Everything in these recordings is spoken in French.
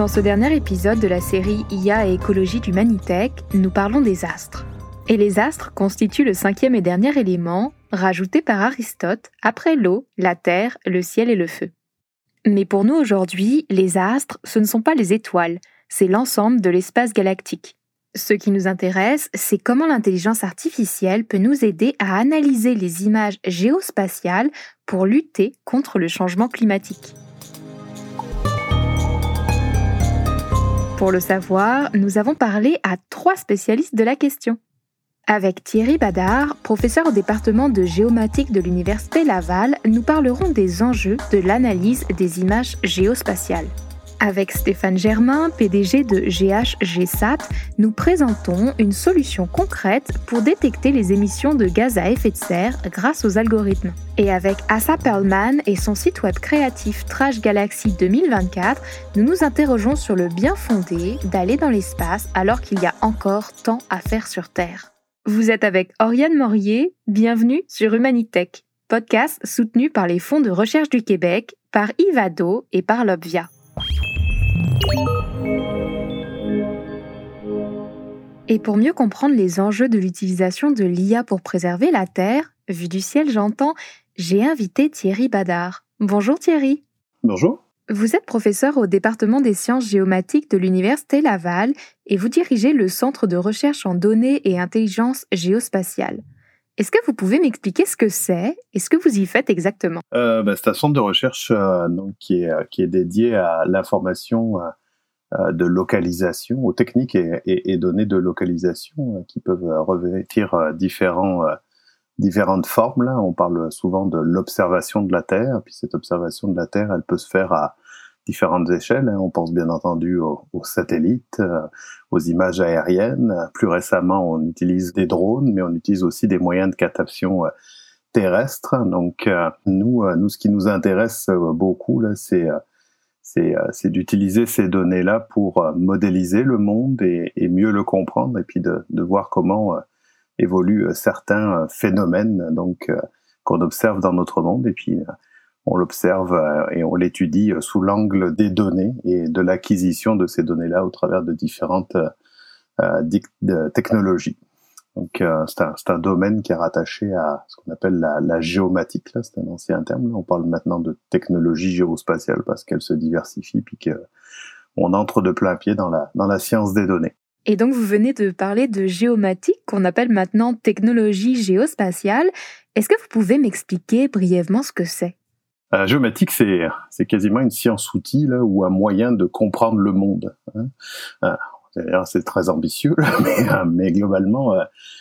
ce dernier épisode de la série IA et écologie d'Humanitech, nous parlons des astres. Et les astres constituent le cinquième et dernier élément, rajouté par Aristote après l'eau, la terre, le ciel et le feu. Mais pour nous aujourd'hui, les astres, ce ne sont pas les étoiles, c'est l'ensemble de l'espace galactique. Ce qui nous intéresse, c'est comment l'intelligence artificielle peut nous aider à analyser les images géospatiales pour lutter contre le changement climatique. Pour le savoir, nous avons parlé à 3 spécialistes de la question. Avec Thierry Badard, professeur au département de géomatique de l'Université Laval, nous parlerons des enjeux de l'analyse des images géospatiales. Avec Stéphane Germain, PDG de GHGSat, nous présentons une solution concrète pour détecter les émissions de gaz à effet de serre grâce aux algorithmes. Et avec Assa Perlman et son site web créatif Trash Galaxy 2024, nous nous interrogeons sur le bien fondé d'aller dans l'espace alors qu'il y a encore tant à faire sur Terre. Vous êtes avec Oriane Morier, bienvenue sur Humanitech, podcast soutenu par les fonds de recherche du Québec, par Ivado et par l'Obvia. Et pour mieux comprendre les enjeux de l'utilisation de l'IA pour préserver la Terre, vue du ciel j'entends, j'ai invité Thierry Badard. Bonjour Thierry. Bonjour. Vous êtes professeur au département des sciences géomatiques de l'Université Laval et vous dirigez le Centre de recherche en données et intelligence géospatiale. Est-ce que vous pouvez m'expliquer ce que c'est et ce que vous y faites exactement? C'est un centre de recherche qui est dédié à l'information de localisation, aux techniques et données de localisation qui peuvent revêtir différentes formes. Là, on parle souvent de l'observation de la Terre, puis cette observation de la Terre, elle peut se faire à différentes échelles. On pense bien entendu aux satellites, aux images aériennes. Plus récemment, on utilise des drones, mais on utilise aussi des moyens de captation terrestres. Donc, nous, ce qui nous intéresse beaucoup, là, c'est d'utiliser ces données-là pour modéliser le monde et mieux le comprendre, et puis de voir comment évoluent certains phénomènes qu'on observe dans notre monde, et puis on l'observe et on l'étudie sous l'angle des données et de l'acquisition de ces données-là au travers de différentes technologies. Donc c'est un domaine qui est rattaché à ce qu'on appelle la géomatique, là, c'est un ancien terme. Là. On parle maintenant de technologie géospatiale parce qu'elle se diversifie puis qu'on entre de plein pied dans la science des données. Et donc vous venez de parler de géomatique qu'on appelle maintenant technologie géospatiale. Est-ce que vous pouvez m'expliquer brièvement ce que c'est? La géomatique, c'est quasiment une science-outil là, ou un moyen de comprendre le monde. C'est très ambitieux, là, mais globalement,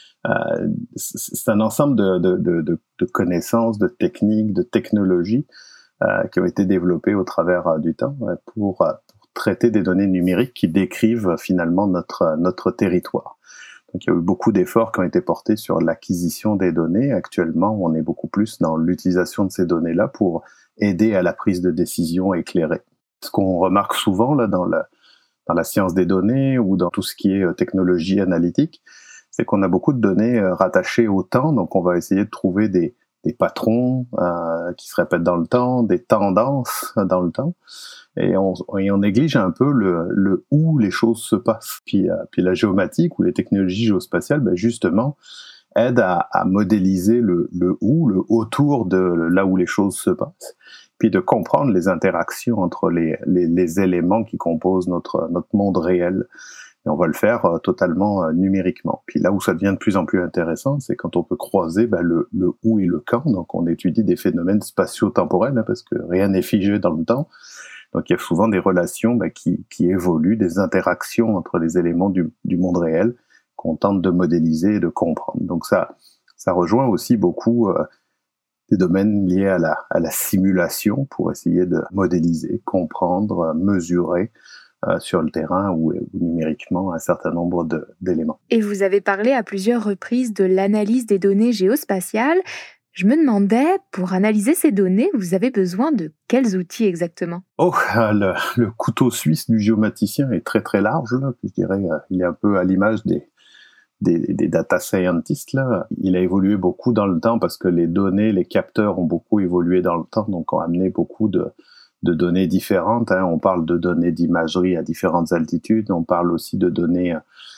c'est un ensemble de connaissances, de techniques, de technologies qui ont été développées au travers du temps pour traiter des données numériques qui décrivent finalement notre territoire. Donc, il y a eu beaucoup d'efforts qui ont été portés sur l'acquisition des données. Actuellement, on est beaucoup plus dans l'utilisation de ces données-là pour aider à la prise de décision éclairée. Ce qu'on remarque souvent là dans la science des données ou dans tout ce qui est technologie analytique, c'est qu'on a beaucoup de données rattachées au temps. Donc, on va essayer de trouver des patrons qui se répètent dans le temps, des tendances dans le temps. Et on néglige un peu le où les choses se passent. Puis la géomatique ou les technologies géospatiales, justement, aident à modéliser le où, le autour de là où les choses se passent, puis de comprendre les interactions entre les éléments qui composent notre monde réel. Et on va le faire totalement numériquement. Puis là où ça devient de plus en plus intéressant, c'est quand on peut croiser le où et le quand. Donc on étudie des phénomènes spatio-temporels, hein, parce que rien n'est figé dans le temps. Donc il y a souvent des relations qui évoluent, des interactions entre les éléments du monde réel qu'on tente de modéliser et de comprendre. Donc ça rejoint aussi beaucoup des domaines liés à la simulation pour essayer de modéliser, comprendre, mesurer sur le terrain ou numériquement un certain nombre d'éléments. Et vous avez parlé à plusieurs reprises de l'analyse des données géospatiales. Je me demandais, pour analyser ces données, vous avez besoin de quels outils exactement? Le couteau suisse du géomaticien est très très large, là. Je dirais, il est un peu à l'image des data scientists, là. Il a évolué beaucoup dans le temps parce que les données, les capteurs ont beaucoup évolué dans le temps, donc ont amené beaucoup de de données différentes. On parle de données d'imagerie à différentes altitudes. On parle aussi de données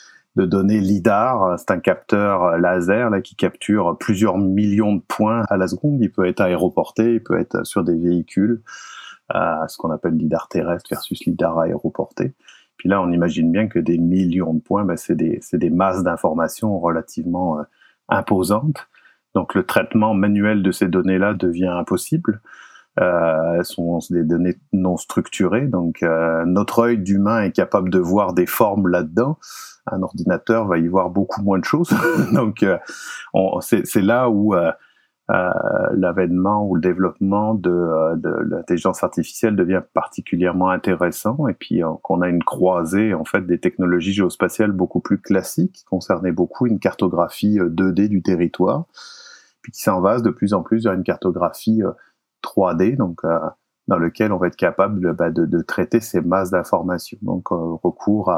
LIDAR. C'est un capteur laser là, qui capture plusieurs millions de points à la seconde. Il peut être aéroporté, il peut être sur des véhicules, ce qu'on appelle LIDAR terrestre versus LIDAR aéroporté. Puis là, on imagine bien que des millions de points, c'est des masses d'informations relativement imposantes. Donc le traitement manuel de ces données-là devient impossible. Elles sont des données non structurées, donc notre œil d'humain est capable de voir des formes là-dedans. Un ordinateur va y voir beaucoup moins de choses. Donc c'est là où l'avènement ou le développement de l'intelligence artificielle devient particulièrement intéressant, et puis qu'on a une croisée en fait des technologies géospatiales beaucoup plus classiques qui concernaient beaucoup une cartographie 2D du territoire, puis qui s'envase de plus en plus vers une cartographie 3D, donc dans lequel on va être capable de traiter ces masses d'informations. Donc recours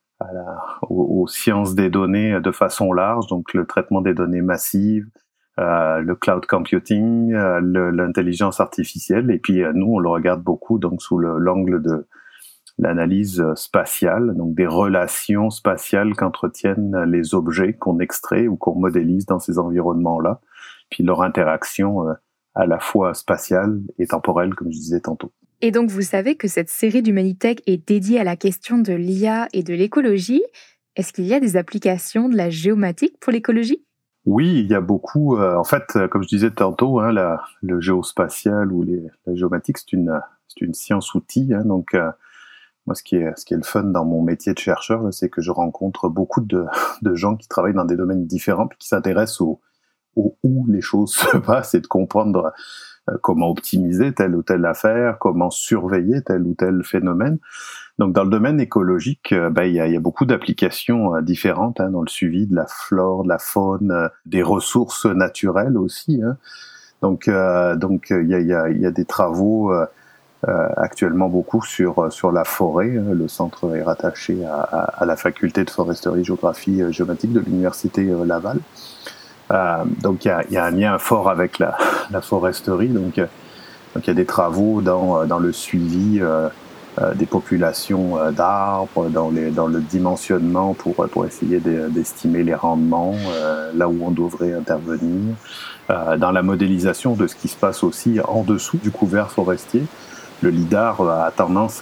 aux sciences des données de façon large, donc le traitement des données massives, le cloud computing, l'intelligence artificielle, et puis nous on le regarde beaucoup donc sous l'angle de l'analyse spatiale, donc des relations spatiales qu'entretiennent les objets qu'on extrait ou qu'on modélise dans ces environnements-là, puis leur interaction à la fois spatiale et temporelle, comme je disais tantôt. Et donc, vous savez que cette série d'Humanitech est dédiée à la question de l'IA et de l'écologie. Est-ce qu'il y a des applications de la géomatique pour l'écologie ? Oui, il y a beaucoup. En fait, comme je disais tantôt, le géospatial ou la géomatique, c'est une science-outil. Donc, moi, ce qui est le fun dans mon métier de chercheur, là, c'est que je rencontre beaucoup de gens qui travaillent dans des domaines différents puis qui s'intéressent où les choses se passent, et de comprendre comment optimiser telle ou telle affaire, comment surveiller tel ou tel phénomène. Donc dans le domaine écologique, il y a beaucoup d'applications différentes dans le suivi de la flore, de la faune, des ressources naturelles aussi. Donc il y a des travaux actuellement beaucoup sur la forêt. Le centre est rattaché à la faculté de foresterie, géographie, géomatique de l'université Laval. Donc il y a un lien fort avec la foresterie. Donc il y a des travaux dans le suivi des populations d'arbres, dans le dimensionnement pour essayer d'estimer les rendements, là où on devrait intervenir, dans la modélisation de ce qui se passe aussi en dessous du couvert forestier. Le LIDAR a tendance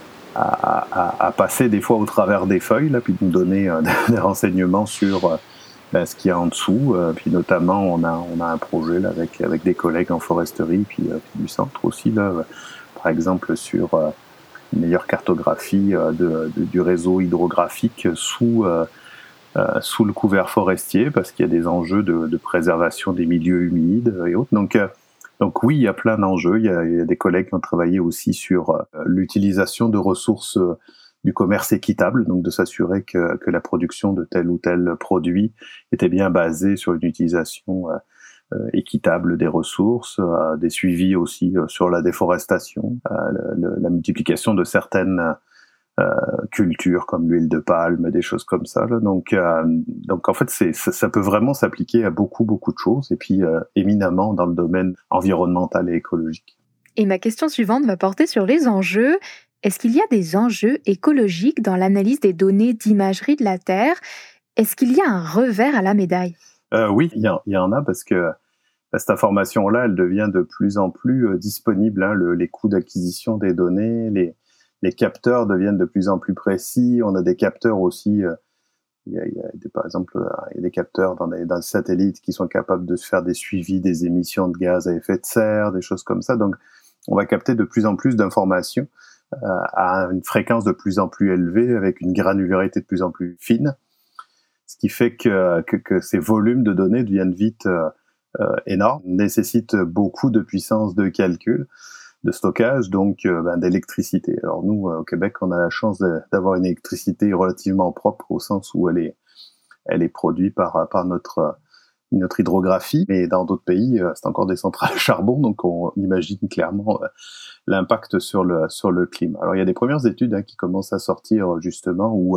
à passer des fois au travers des feuilles, là, puis de nous donner des renseignements sur ce qu'il y a en dessous. Puis notamment, on a un projet là, avec des collègues en foresterie, puis du centre aussi, là, par exemple sur une meilleure cartographie du réseau hydrographique sous le couvert forestier, parce qu'il y a des enjeux de préservation des milieux humides et autres. Donc oui, il y a plein d'enjeux. Il y a des collègues qui ont travaillé aussi sur l'utilisation de ressources du commerce équitable, donc de s'assurer que la production de tel ou tel produit était bien basée sur une utilisation équitable des ressources, des suivis aussi sur la déforestation, la multiplication de certaines cultures comme l'huile de palme, des choses comme ça. Là. Donc en fait, ça peut vraiment s'appliquer à beaucoup de choses, et puis éminemment dans le domaine environnemental et écologique. Et ma question suivante va porter sur les enjeux. Est-ce qu'il y a des enjeux écologiques dans l'analyse des données d'imagerie de la Terre ? Est-ce qu'il y a un revers à la médaille ? Oui, il y en a, parce que cette information-là, elle devient de plus en plus disponible. Les coûts d'acquisition des données, les capteurs deviennent de plus en plus précis. On a des capteurs aussi, par exemple, il y a des capteurs dans les satellites qui sont capables de faire des suivis des émissions de gaz à effet de serre, des choses comme ça. Donc, on va capter de plus en plus d'informations à une fréquence de plus en plus élevée, avec une granularité de plus en plus fine, ce qui fait que ces volumes de données deviennent vite énormes, nécessitent beaucoup de puissance de calcul, de stockage, donc d'électricité. Alors nous, au Québec, on a la chance d'avoir une électricité relativement propre, au sens où elle est produite par notre hydrographie, mais dans d'autres pays, c'est encore des centrales à charbon, donc on imagine clairement l'impact sur le climat. Alors il y a des premières études qui commencent à sortir justement où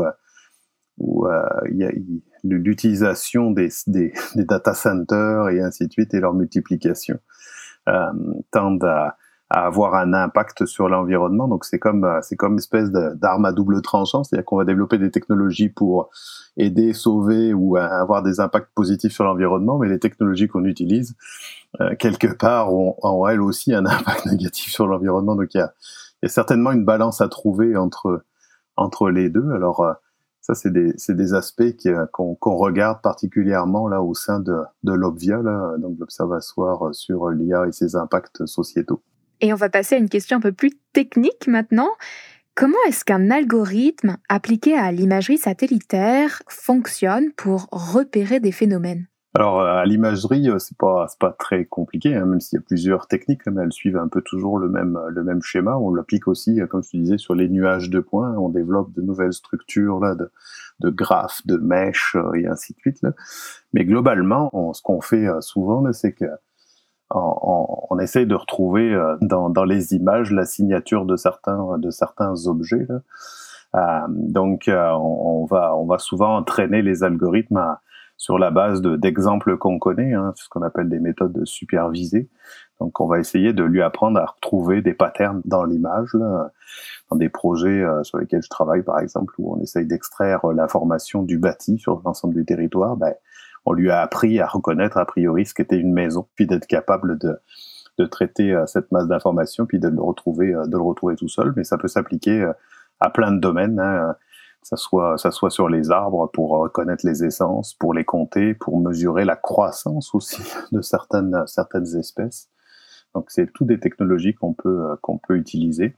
il y a l'utilisation des data centers et ainsi de suite, et leur multiplication tendent à avoir un impact sur l'environnement. Donc c'est comme une espèce d'arme à double tranchant, c'est-à-dire qu'on va développer des technologies pour aider, sauver ou avoir des impacts positifs sur l'environnement, mais les technologies qu'on utilise quelque part ont elles aussi un impact négatif sur l'environnement. Donc il y a certainement une balance à trouver entre les deux. Alors ça c'est des aspects qu'on regarde particulièrement là au sein de l'Obvia, là, donc l'Observatoire sur l'IA et ses impacts sociétaux. Et on va passer à une question un peu plus technique maintenant. Comment est-ce qu'un algorithme appliqué à l'imagerie satellitaire fonctionne pour repérer des phénomènes ? Alors à l'imagerie, c'est pas très compliqué, hein, même s'il y a plusieurs techniques, mais elles suivent un peu toujours le même schéma. On l'applique aussi, comme je te disais, sur les nuages de points. On développe de nouvelles structures là, de graphes, de mèches et ainsi de suite. Là. Mais globalement, ce qu'on fait souvent, là, c'est que on essaye de retrouver dans les images la signature de certains objets. Là. Donc on va souvent entraîner les algorithmes sur la base d'exemples qu'on connaît, hein, ce qu'on appelle des méthodes supervisées. Donc on va essayer de lui apprendre à retrouver des patterns dans l'image, là, dans des projets sur lesquels je travaille par exemple, où on essaye d'extraire l'information du bâti sur l'ensemble du territoire. On lui a appris à reconnaître a priori ce qu'était une maison, puis d'être capable de traiter cette masse d'informations, puis de le retrouver tout seul. Mais ça peut s'appliquer à plein de domaines, hein, que ça soit sur les arbres pour reconnaître les essences, pour les compter, pour mesurer la croissance aussi de certaines espèces. Donc c'est toutes des technologies qu'on peut utiliser.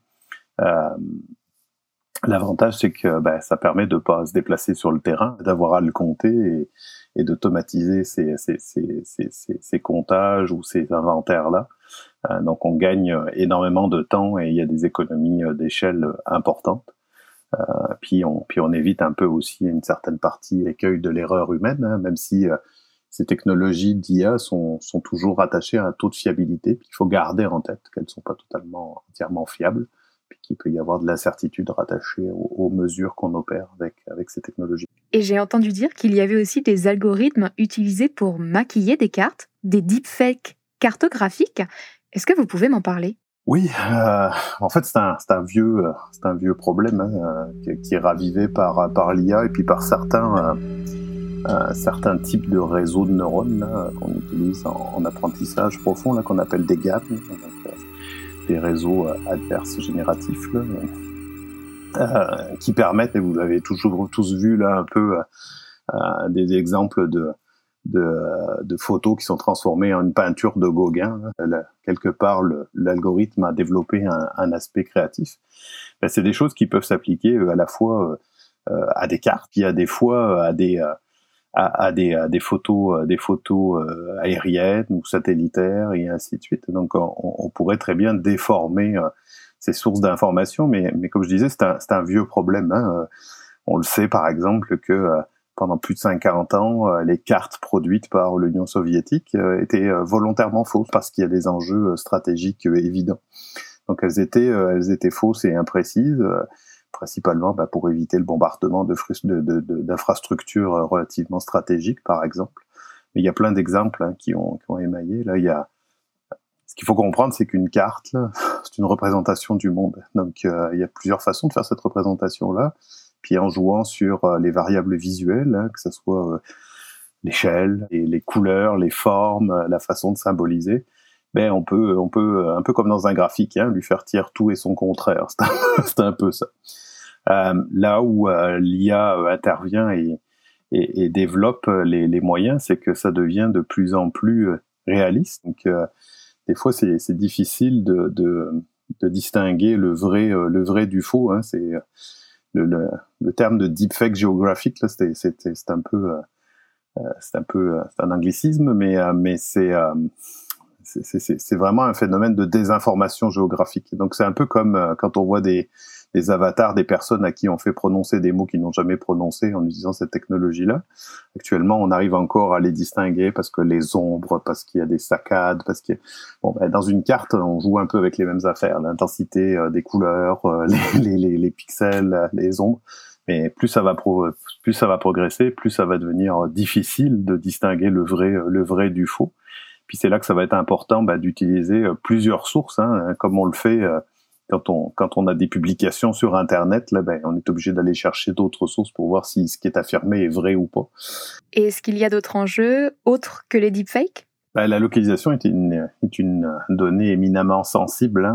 L'avantage, c'est que ça permet de pas se déplacer sur le terrain, d'avoir à le compter et d'automatiser ces comptages ou ces inventaires-là. Donc on gagne énormément de temps et il y a des économies d'échelle importantes. Puis on évite un peu aussi une certaine partie l'écueil de l'erreur humaine, hein, même si ces technologies d'IA sont toujours attachées à un taux de fiabilité. Puis il faut garder en tête qu'elles ne sont pas entièrement fiables, puis qu'il peut y avoir de l'incertitude rattachée aux mesures qu'on opère avec ces technologies. Et j'ai entendu dire qu'il y avait aussi des algorithmes utilisés pour maquiller des cartes, des deepfakes cartographiques. Est-ce que vous pouvez m'en parler ? Oui, en fait c'est un vieux problème hein, qui est ravivé par l'IA et puis par certains types de réseaux de neurones là, qu'on utilise en apprentissage profond là, qu'on appelle des GAN, donc, des réseaux adverses génératifs là, qui permettent, et vous l'avez toujours tous vu là un peu des exemples de photos qui sont transformées en une peinture de Gauguin. Quelque part, l'algorithme a développé un aspect créatif. C'est des choses qui peuvent s'appliquer à la fois à des cartes, puis à des fois à des photos aériennes ou satellitaires et ainsi de suite. Donc, on pourrait très bien déformer ces sources d'informations, mais comme je disais, c'est un vieux problème. Hein. On le sait, par exemple, que pendant plus de 40 ans, les cartes produites par l'Union soviétique étaient volontairement fausses parce qu'il y a des enjeux stratégiques évidents. Donc elles étaient fausses et imprécises, principalement pour éviter le bombardement d'infrastructures relativement stratégiques, par exemple. Mais il y a plein d'exemples hein, qui ont émaillé. Là, ce qu'il faut comprendre, c'est qu'une carte, là, c'est une représentation du monde. Donc il y a plusieurs façons de faire cette représentation-là. Puis en jouant sur les variables visuelles, hein, que ce soit l'échelle, les couleurs, les formes, la façon de symboliser, on peut un peu comme dans un graphique, hein, lui faire tirer tout et son contraire. C'est un peu ça. Là où l'IA intervient et développe les moyens, c'est que ça devient de plus en plus réaliste. Donc des fois c'est difficile de distinguer le vrai du faux. Hein, c'est le terme de deepfake géographique là, c'est un anglicisme, mais c'est vraiment un phénomène de désinformation géographique. Donc c'est un peu comme quand on voit des avatars des personnes à qui on fait prononcer des mots qu'ils n'ont jamais prononcés en utilisant cette technologie-là. Actuellement, on arrive encore à les distinguer parce que les ombres, parce qu'il y a des saccades, parce que dans une carte, on joue un peu avec les mêmes affaires, l'intensité des couleurs, les pixels, les ombres. Mais plus ça va progresser, plus ça va devenir difficile de distinguer le vrai du faux. Puis c'est là que ça va être important d'utiliser plusieurs sources, comme on le fait quand on a des publications sur Internet. Là, on est obligé d'aller chercher d'autres sources pour voir si ce qui est affirmé est vrai ou pas. Et est-ce qu'il y a d'autres enjeux autres que les deepfakes? La localisation est une donnée éminemment sensible.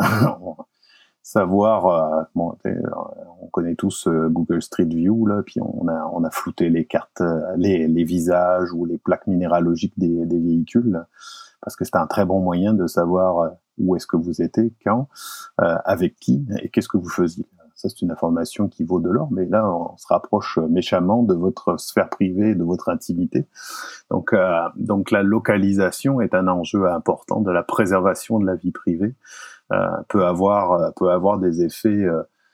Savoir, on connaît tous Google Street View, là, puis on a flouté les cartes, les visages ou les plaques minéralogiques des véhicules, là, parce que c'est un très bon moyen de savoir où est-ce que vous étiez, quand, avec qui et qu'est-ce que vous faisiez. Ça, c'est une information qui vaut de l'or, mais là, on se rapproche méchamment de votre sphère privée, de votre intimité. Donc la localisation est un enjeu important de la préservation de la vie privée. Peut avoir des effets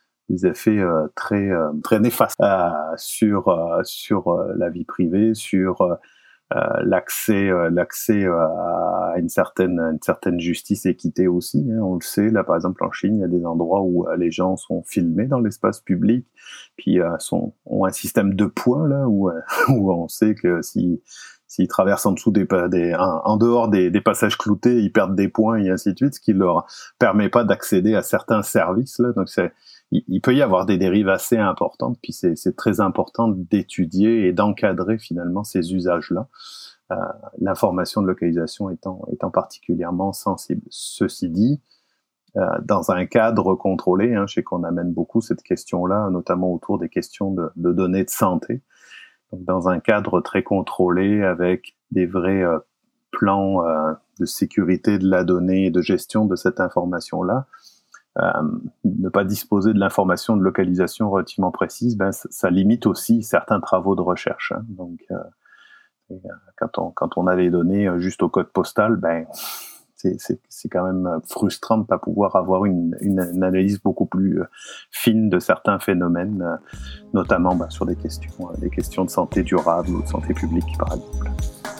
très néfastes sur la vie privée, sur l'accès à une certaine justice, équité aussi. On le sait, là par exemple en Chine, il y a des endroits où les gens sont filmés dans l'espace public, puis ont un système de points là où on sait que s'ils traversent en dessous en dehors des passages cloutés, ils perdent des points et ainsi de suite, ce qui leur permet pas d'accéder à certains services là. Donc il peut y avoir des dérives assez importantes, puis c'est très important d'étudier et d'encadrer finalement ces usages-là. L'information de localisation étant particulièrement sensible. Ceci dit, dans un cadre contrôlé, je sais qu'on amène beaucoup cette question-là, notamment autour des questions de données de santé. Donc, dans un cadre très contrôlé, avec des vrais plans de sécurité de la donnée et de gestion de cette information-là, ne pas disposer de l'information de localisation relativement précise, ça limite aussi certains travaux de recherche. Donc, quand on a les données juste au code postal, c'est quand même frustrant de ne pas pouvoir avoir une analyse beaucoup plus fine de certains phénomènes, notamment sur des questions de santé durable ou de santé publique, par exemple.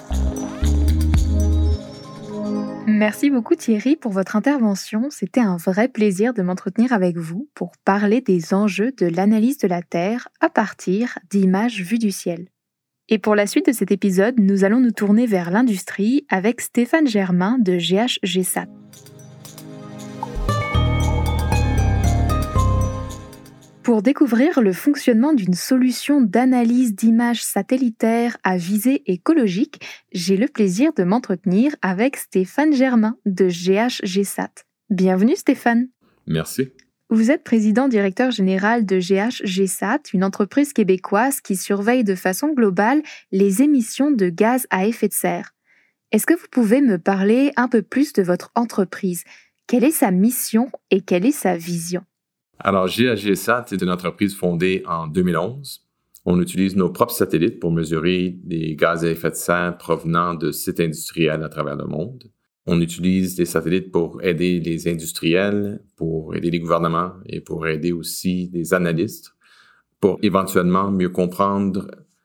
Merci beaucoup Thierry pour votre intervention. C'était un vrai plaisir de m'entretenir avec vous pour parler des enjeux de l'analyse de la Terre à partir d'images vues du ciel. Et pour la suite de cet épisode, nous allons nous tourner vers l'industrie avec Stéphane Germain de GHGSat. Pour découvrir le fonctionnement d'une solution d'analyse d'images satellitaires à visée écologique, j'ai le plaisir de m'entretenir avec Stéphane Germain de GHGSat. Bienvenue Stéphane. Merci. Vous êtes président-directeur général de GHGSat, une entreprise québécoise qui surveille de façon globale les émissions de gaz à effet de serre. Est-ce que vous pouvez me parler un peu plus de votre entreprise? Quelle est sa mission et quelle est sa vision? Alors, GHGSat est une entreprise fondée en 2011. On utilise nos propres satellites pour mesurer des gaz à effet de serre provenant de sites industriels à travers le monde. On utilise des satellites pour aider les industriels, pour aider les gouvernements et pour aider aussi des analystes pour éventuellement mieux comprendre,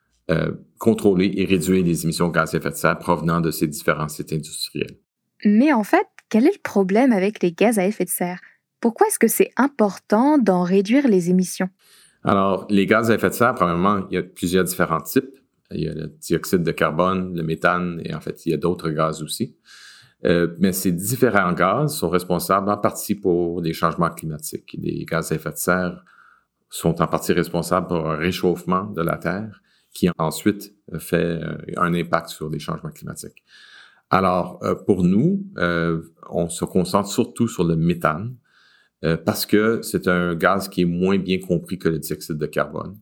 contrôler et réduire les émissions de gaz à effet de serre provenant de ces différents sites industriels. Mais en fait, quel est le problème avec les gaz à effet de serre? Pourquoi est-ce que c'est important d'en réduire les émissions? Alors, les gaz à effet de serre, premièrement, il y a plusieurs différents types. Il y a le dioxyde de carbone, le méthane et en fait, il y a d'autres gaz aussi. Mais ces différents gaz sont responsables en partie pour les changements climatiques. Les gaz à effet de serre sont en partie responsables pour un réchauffement de la Terre qui ensuite fait un impact sur les changements climatiques. Alors, pour nous, on se concentre surtout sur le méthane parce que c'est un gaz qui est moins bien compris que le dioxyde de carbone.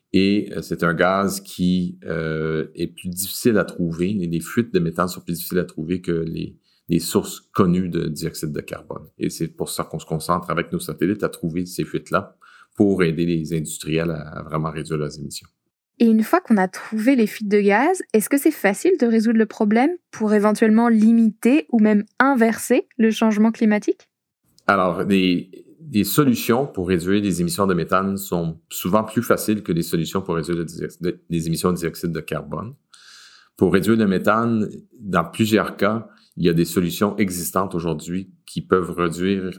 Et c'est un gaz qui est plus difficile à trouver. Et les fuites de méthane sont plus difficiles à trouver que les sources connues de dioxyde de carbone. Et c'est pour ça qu'on se concentre avec nos satellites à trouver ces fuites-là pour aider les industriels à vraiment réduire leurs émissions. Et une fois qu'on a trouvé les fuites de gaz, est-ce que c'est facile de résoudre le problème pour éventuellement limiter ou même inverser le changement climatique? Alors, des solutions pour réduire les émissions de méthane sont souvent plus faciles que des solutions pour réduire les émissions de dioxyde de carbone. Pour réduire le méthane, dans plusieurs cas, il y a des solutions existantes aujourd'hui qui peuvent réduire,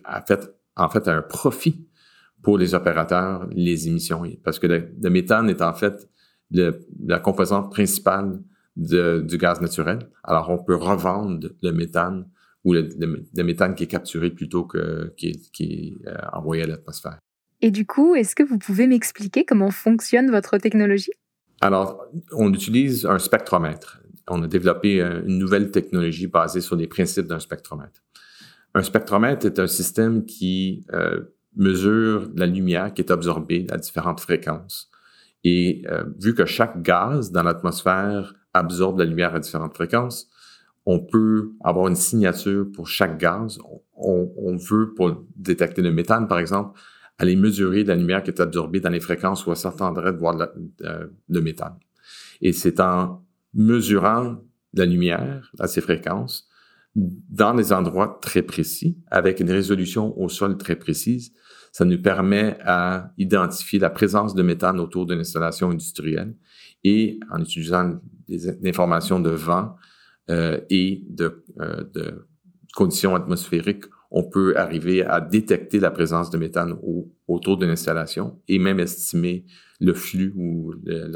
en fait, à un profit pour les opérateurs les émissions. Parce que le méthane est en fait la composante principale du gaz naturel. Alors, on peut revendre le méthane ou le méthane qui est capturé plutôt que qui est envoyé à l'atmosphère. Et du coup, est-ce que vous pouvez m'expliquer comment fonctionne votre technologie? Alors, on utilise un spectromètre. On a développé une nouvelle technologie basée sur les principes d'un spectromètre. Un spectromètre est un système qui mesure la lumière qui est absorbée à différentes fréquences. Et vu que chaque gaz dans l'atmosphère absorbe la lumière à différentes fréquences, on peut avoir une signature pour chaque gaz. On veut, pour détecter le méthane, par exemple, aller mesurer la lumière qui est absorbée dans les fréquences où on s'attendrait de voir le méthane. Et c'est en mesurant la lumière à ces fréquences dans des endroits très précis, avec une résolution au sol très précise, ça nous permet à identifier la présence de méthane autour d'une installation industrielle et en utilisant des informations de vent et de conditions atmosphériques, on peut arriver à détecter la présence de méthane autour d'une installation et même estimer le flux ou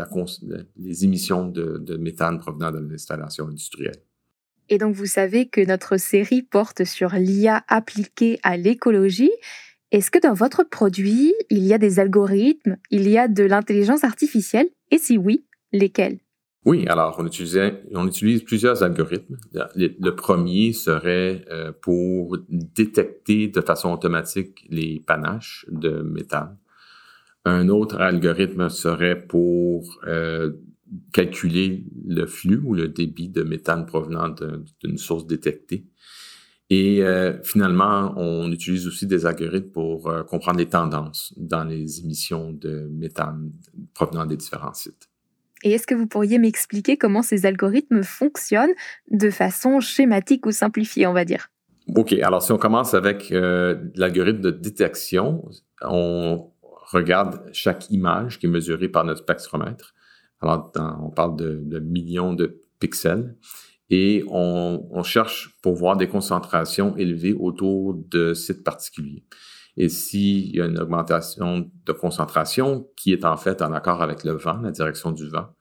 les émissions de méthane provenant de l'installation industrielle. Et donc, vous savez que notre série porte sur l'IA appliquée à l'écologie. Est-ce que dans votre produit, il y a des algorithmes, il y a de l'intelligence artificielle? Et si oui, lesquels? Oui, alors on utilise plusieurs algorithmes. Le premier serait pour détecter de façon automatique les panaches de méthane. Un autre algorithme serait pour calculer le flux ou le débit de méthane provenant d'une source détectée. Et finalement, on utilise aussi des algorithmes pour comprendre les tendances dans les émissions de méthane provenant des différents sites. Et est-ce que vous pourriez m'expliquer comment ces algorithmes fonctionnent de façon schématique ou simplifiée, on va dire? OK. Alors, si on commence avec l'algorithme de détection, on regarde chaque image qui est mesurée par notre spectromètre. Alors, on parle de millions de pixels. Et on cherche pour voir des concentrations élevées autour de sites particuliers. Et s'il y a une augmentation de concentration qui est en fait en accord avec le vent, la direction du vent,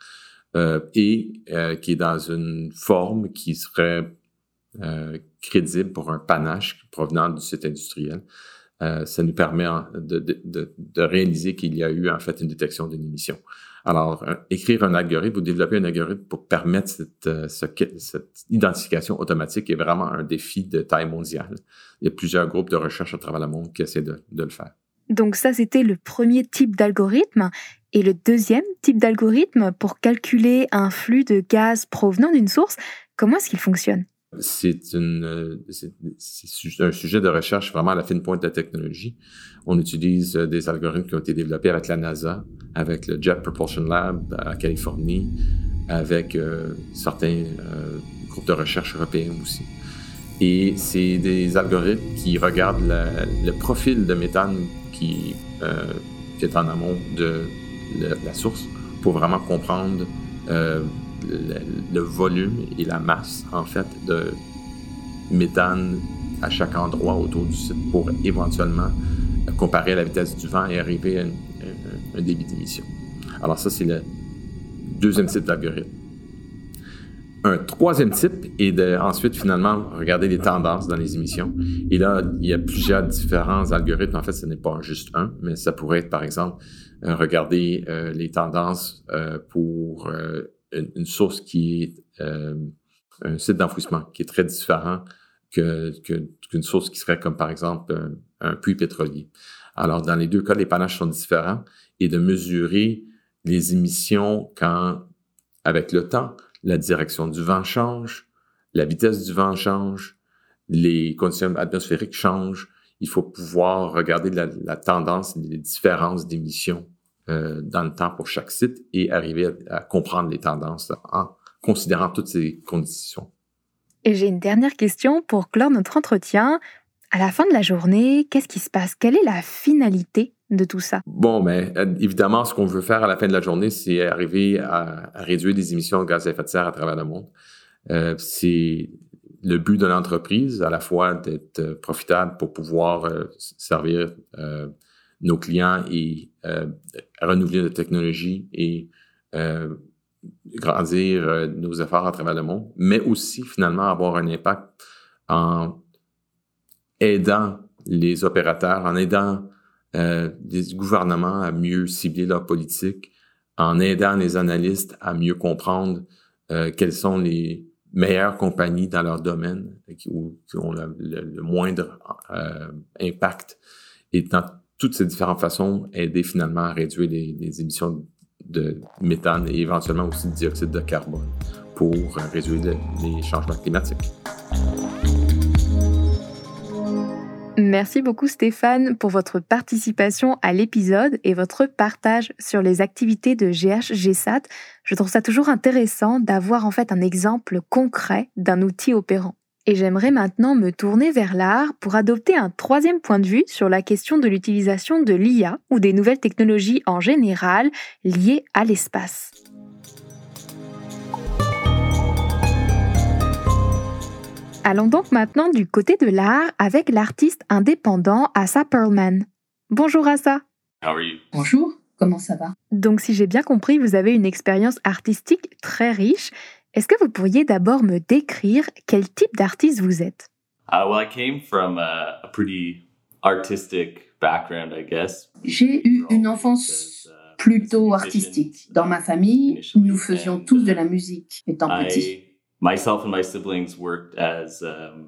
et qui est dans une forme qui serait crédible pour un panache provenant du site industriel, ça nous permet de réaliser qu'il y a eu en fait une détection d'une émission. Alors, écrire un algorithme ou développer un algorithme pour permettre cette identification automatique est vraiment un défi de taille mondiale. Il y a plusieurs groupes de recherche à travers le monde qui essaient de le faire. Donc ça, c'était le premier type d'algorithme. Et le deuxième type d'algorithme pour calculer un flux de gaz provenant d'une source, comment est-ce qu'il fonctionne? C'est un sujet de recherche vraiment à la fine pointe de la technologie. On utilise des algorithmes qui ont été développés avec la NASA, avec le Jet Propulsion Lab à Californie, avec certains groupes de recherche européens aussi. Et c'est des algorithmes qui regardent le profil de méthane qui est en amont de la source pour vraiment comprendre le volume et la masse, en fait, de méthane à chaque endroit autour du site pour éventuellement comparer la vitesse du vent et arriver à un débit d'émission. Alors ça, c'est le deuxième type d'algorithme. Un troisième type est ensuite, finalement, regarder les tendances dans les émissions. Et là, il y a plusieurs différents algorithmes. En fait, ce n'est pas juste un, mais ça pourrait être, par exemple, regarder les tendances pour une source qui est un site d'enfouissement qui est très différent qu'une source qui serait comme, par exemple, un puits pétrolier. Alors, dans les deux cas, les panaches sont différents et de mesurer les émissions quand, avec le temps, la direction du vent change, la vitesse du vent change, les conditions atmosphériques changent. Il faut pouvoir regarder la tendance, les différences d'émissions dans le temps pour chaque site et arriver à comprendre les tendances en considérant toutes ces conditions. Et j'ai une dernière question pour clore notre entretien. À la fin de la journée, qu'est-ce qui se passe? Quelle est la finalité de tout ça? Bon, mais évidemment, ce qu'on veut faire à la fin de la journée, c'est arriver à réduire les émissions de gaz à effet de serre à travers le monde. C'est le but de l'entreprise, à la fois d'être profitable pour pouvoir servir nos clients et renouveler notre technologie et grandir nos efforts à travers le monde, mais aussi finalement avoir un impact en aidant les opérateurs, en aidant les gouvernements à mieux cibler leur politique, en aidant les analystes à mieux comprendre quelles sont les meilleures compagnies dans leur domaine qui ont le moindre impact, et dans toutes ces différentes façons, aider finalement à réduire les émissions de méthane et éventuellement aussi de dioxyde de carbone pour réduire les changements climatiques. Merci beaucoup Stéphane pour votre participation à l'épisode et votre partage sur les activités de GHGSat. Je trouve ça toujours intéressant d'avoir en fait un exemple concret d'un outil opérant. Et j'aimerais maintenant me tourner vers l'art pour adopter un troisième point de vue sur la question de l'utilisation de l'IA ou des nouvelles technologies en général liées à l'espace. Allons donc maintenant du côté de l'art avec l'artiste indépendant Asa Perlman. Bonjour Asa. How are you? Bonjour, comment ça va? Donc si j'ai bien compris, vous avez une expérience artistique très riche. Est-ce que vous pourriez d'abord me décrire quel type d'artiste vous êtes? Well, I came from a pretty artistic background, I guess. J'ai eu une enfance plutôt artistique. Dans ma famille, nous faisions tous de la musique étant petits. Myself and my siblings worked as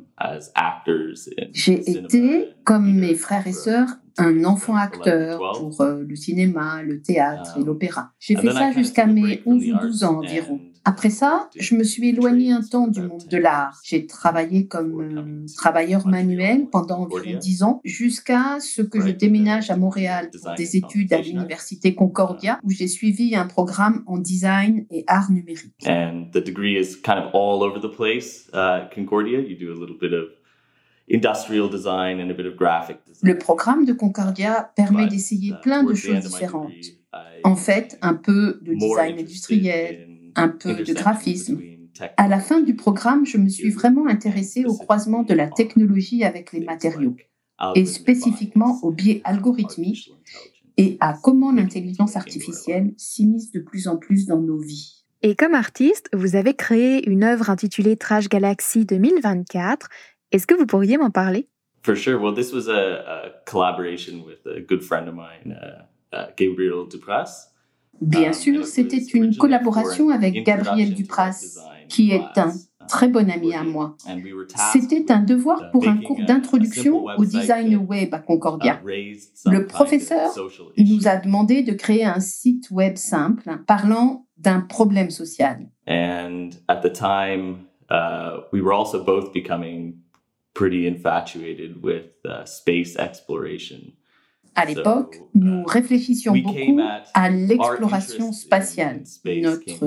actors in J'ai cinema été, and comme theater mes frères et for sœurs, un enfant like acteur 12. pour le cinéma, le théâtre et l'opéra. J'ai And fait then I ça kind of jusqu'à took a mes break from 11 the ou 12 ans arts environ. and Après ça, je me suis éloignée un temps du monde de l'art. J'ai travaillé before comme coming to travailleur Montreal manuel and pendant environ Concordia. 10 ans, jusqu'à ce que je Right, déménage à the Montréal pour design des and études à computation l'université Concordia, où j'ai suivi un programme en design et art numérique. And the degree is kind of all over the place at Concordia. You do a little bit of industrial design and a bit of graphic design. Le programme de Concordia permet But, d'essayer plein de towards the end choses of my différentes. degree, I En fait, un peu de more design interested industriel, in un peu de intersections graphisme. between À la fin du programme, je me suis vraiment intéressée au croisement de la technologie avec les matériaux, et spécifiquement aux biais algorithmiques et à comment l'intelligence artificielle s'immisce de plus en plus dans nos vies. Et comme artiste, vous avez créé une œuvre intitulée Trash Galaxy 2024. Est-ce que vous pourriez m'en parler? For sure. Well, this was a collaboration with a good friend of mine, Gabriel Dupras. Bien sûr, c'était une collaboration avec Gabriel Dupras, qui est un très bon ami à moi. C'était un devoir pour un cours d'introduction au design web à Concordia. Le professeur nous a demandé de créer un site web simple parlant d'un problème social. And at the time, we were also both becoming pretty infatuated with space exploration. À l'époque, nous réfléchissions beaucoup à l'exploration spatiale. Notre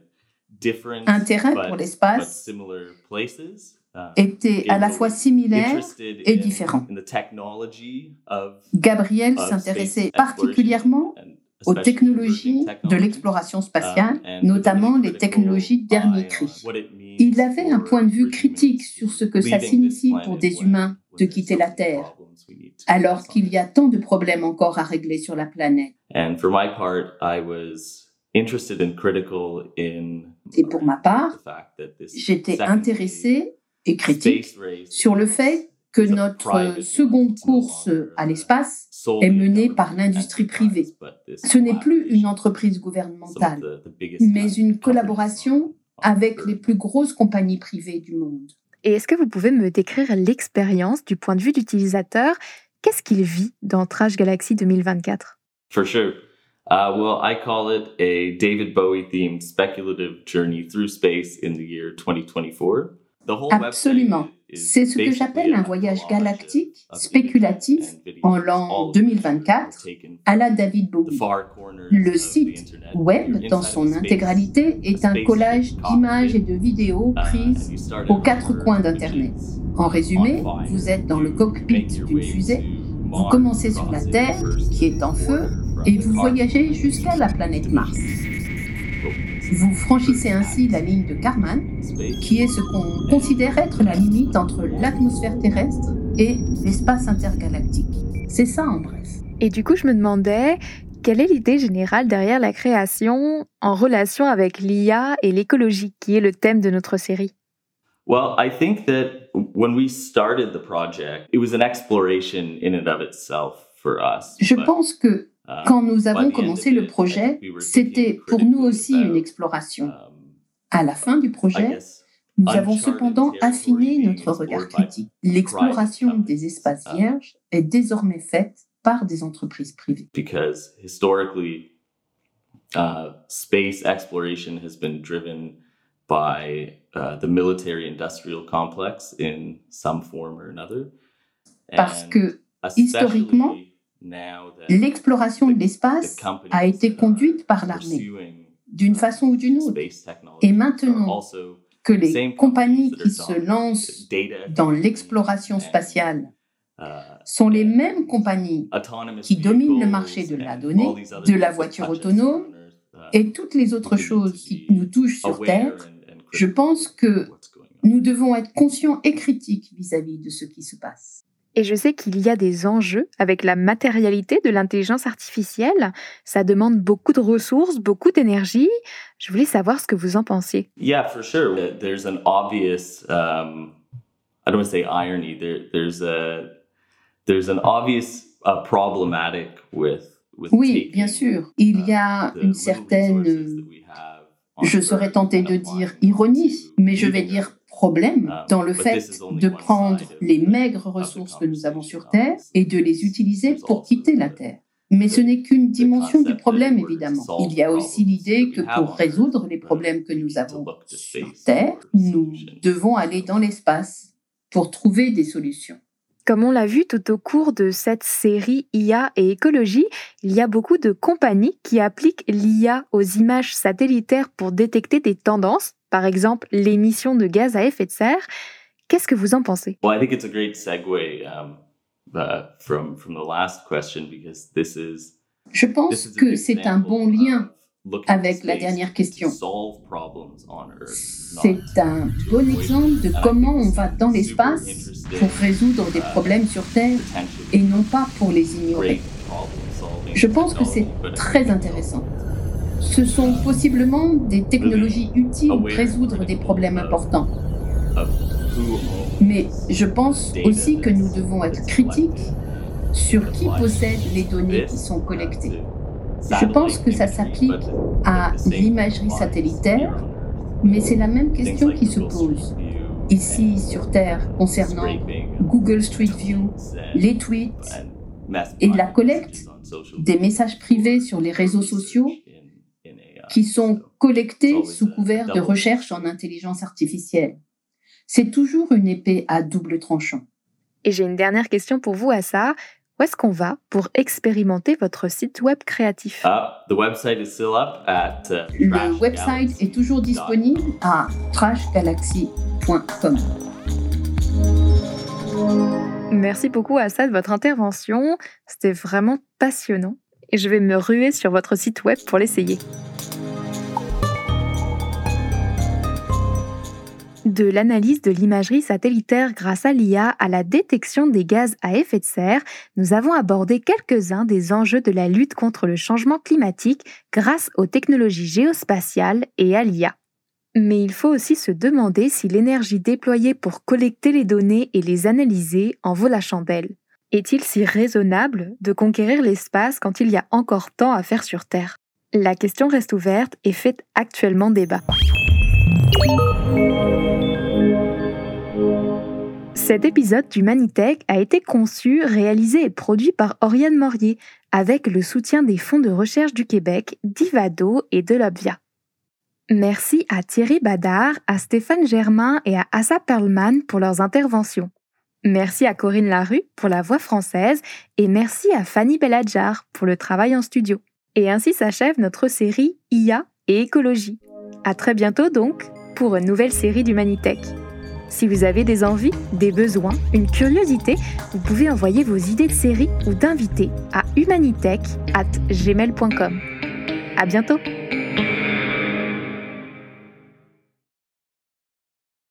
intérêt pour l'espace était à la fois similaire et différent. Gabriel s'intéressait particulièrement aux technologies de l'exploration spatiale, notamment les technologies dernier cri. Il avait un point de vue critique sur ce que ça signifie pour des humains de quitter la Terre, alors qu'il y a tant de problèmes encore à régler sur la planète. Et pour ma part, j'étais intéressé et critique sur le fait que notre seconde course à l'espace est menée par l'industrie privée. Ce n'est plus une entreprise gouvernementale, mais une collaboration avec les plus grosses compagnies privées du monde. Et est-ce que vous pouvez me décrire l'expérience du point de vue d'utilisateur? Qu'est-ce qu'il vit dans Trash Galaxy 2024? For sure. Well, I call it a David Bowie-themed speculative journey through space in the year 2024. Absolument. C'est ce que j'appelle un voyage galactique spéculatif en l'an 2024 à la David Bowie. Le site web, dans son intégralité, est un collage d'images et de vidéos prises aux quatre coins d'Internet. En résumé, vous êtes dans le cockpit d'une fusée, vous commencez sur la Terre, qui est en feu, et vous voyagez jusqu'à la planète Mars. Vous franchissez ainsi la ligne de Kármán, qui est ce qu'on considère être la limite entre l'atmosphère terrestre et l'espace intergalactique. C'est ça en bref. Et du coup, je me demandais, Quelle est l'idée générale derrière la création en relation avec l'IA et l'écologie, qui est le thème de notre série? Well, I think that when we started the project, it was an exploration in and of itself for us. Je pense que quand nous avons commencé le projet, c'était pour nous aussi une exploration. À la fin du projet, nous avons cependant affiné notre regard critique. L'exploration des espaces vierges est désormais faite par des entreprises privées. Because historically, space exploration has been driven by the military-industrial complex in some form or another. Parce que, historiquement, l'exploration de l'espace a été conduite par l'armée, d'une façon ou d'une autre. Et maintenant que les compagnies qui se lancent dans l'exploration spatiale sont les mêmes compagnies qui dominent le marché de la donnée, de la voiture autonome et toutes les autres choses qui nous touchent sur Terre, je pense que nous devons être conscients et critiques vis-à-vis de ce qui se passe. Et je sais qu'il y a des enjeux avec la matérialité de l'intelligence artificielle. Ça demande beaucoup de ressources, beaucoup d'énergie. Je voulais savoir ce que vous en pensiez. Yeah, for sure. There's an obvious, I don't want to say irony. There's an obvious problematic with oui, bien sûr. Il y a une certaine, je serais tenté de dire ironie, mais je vais dire problème dans le fait de prendre les maigres ressources que nous avons sur Terre et de les utiliser pour quitter la Terre. Mais ce n'est qu'une dimension du problème, évidemment. Il y a aussi l'idée que pour résoudre les problèmes que nous avons sur Terre, nous devons aller dans l'espace pour trouver des solutions. Comme on l'a vu tout au cours de cette série IA et écologie, il y a beaucoup de compagnies qui appliquent l'IA aux images satellitaires pour détecter des tendances, par exemple l'émission de gaz à effet de serre. Qu'est-ce que vous en pensez? Well, I think it's a great segue from the last question because this is. Je pense que c'est un bon lien avec la dernière question. C'est un bon exemple de comment on va dans l'espace pour résoudre des problèmes sur Terre et non pas pour les ignorer. Je pense que c'est très intéressant. Ce sont possiblement des technologies utiles pour résoudre des problèmes importants. Mais je pense aussi que nous devons être critiques sur qui possède les données qui sont collectées. Je pense que ça s'applique à l'imagerie satellitaire, mais c'est la même question qui se pose. Ici, sur Terre, concernant Google Street View, les tweets et la collecte des messages privés sur les réseaux sociaux qui sont collectés sous couvert de recherche en intelligence artificielle. C'est toujours une épée à double tranchant. Et j'ai une dernière question pour vous, Assa. Où est-ce qu'on va pour expérimenter votre site web créatif? Le website est toujours disponible à trashgalaxy.com. Merci beaucoup, Assa, de votre intervention. C'était vraiment passionnant. Et je vais me ruer sur votre site web pour l'essayer. De l'analyse de l'imagerie satellitaire grâce à l'IA à la détection des gaz à effet de serre, nous avons abordé quelques-uns des enjeux de la lutte contre le changement climatique grâce aux technologies géospatiales et à l'IA. Mais il faut aussi se demander si l'énergie déployée pour collecter les données et les analyser en vaut la chandelle. Est-il si raisonnable de conquérir l'espace quand il y a encore tant à faire sur Terre? La question reste ouverte et fait actuellement débat. Cet épisode d'Humanitech a été conçu, réalisé et produit par Oriane Morier avec le soutien des fonds de recherche du Québec, d'Ivado et de l'Obvia. Merci à Thierry Badard, à Stéphane Germain et à Assa Perlman pour leurs interventions. Merci à Corinne Larue pour la voix française et merci à Fanny Belladjar pour le travail en studio. Et ainsi s'achève notre série IA et écologie. À très bientôt donc pour une nouvelle série d'Humanitech. Si vous avez des envies, des besoins, une curiosité, vous pouvez envoyer vos idées de séries ou d'invités à humanitech@gmail.com. À bientôt!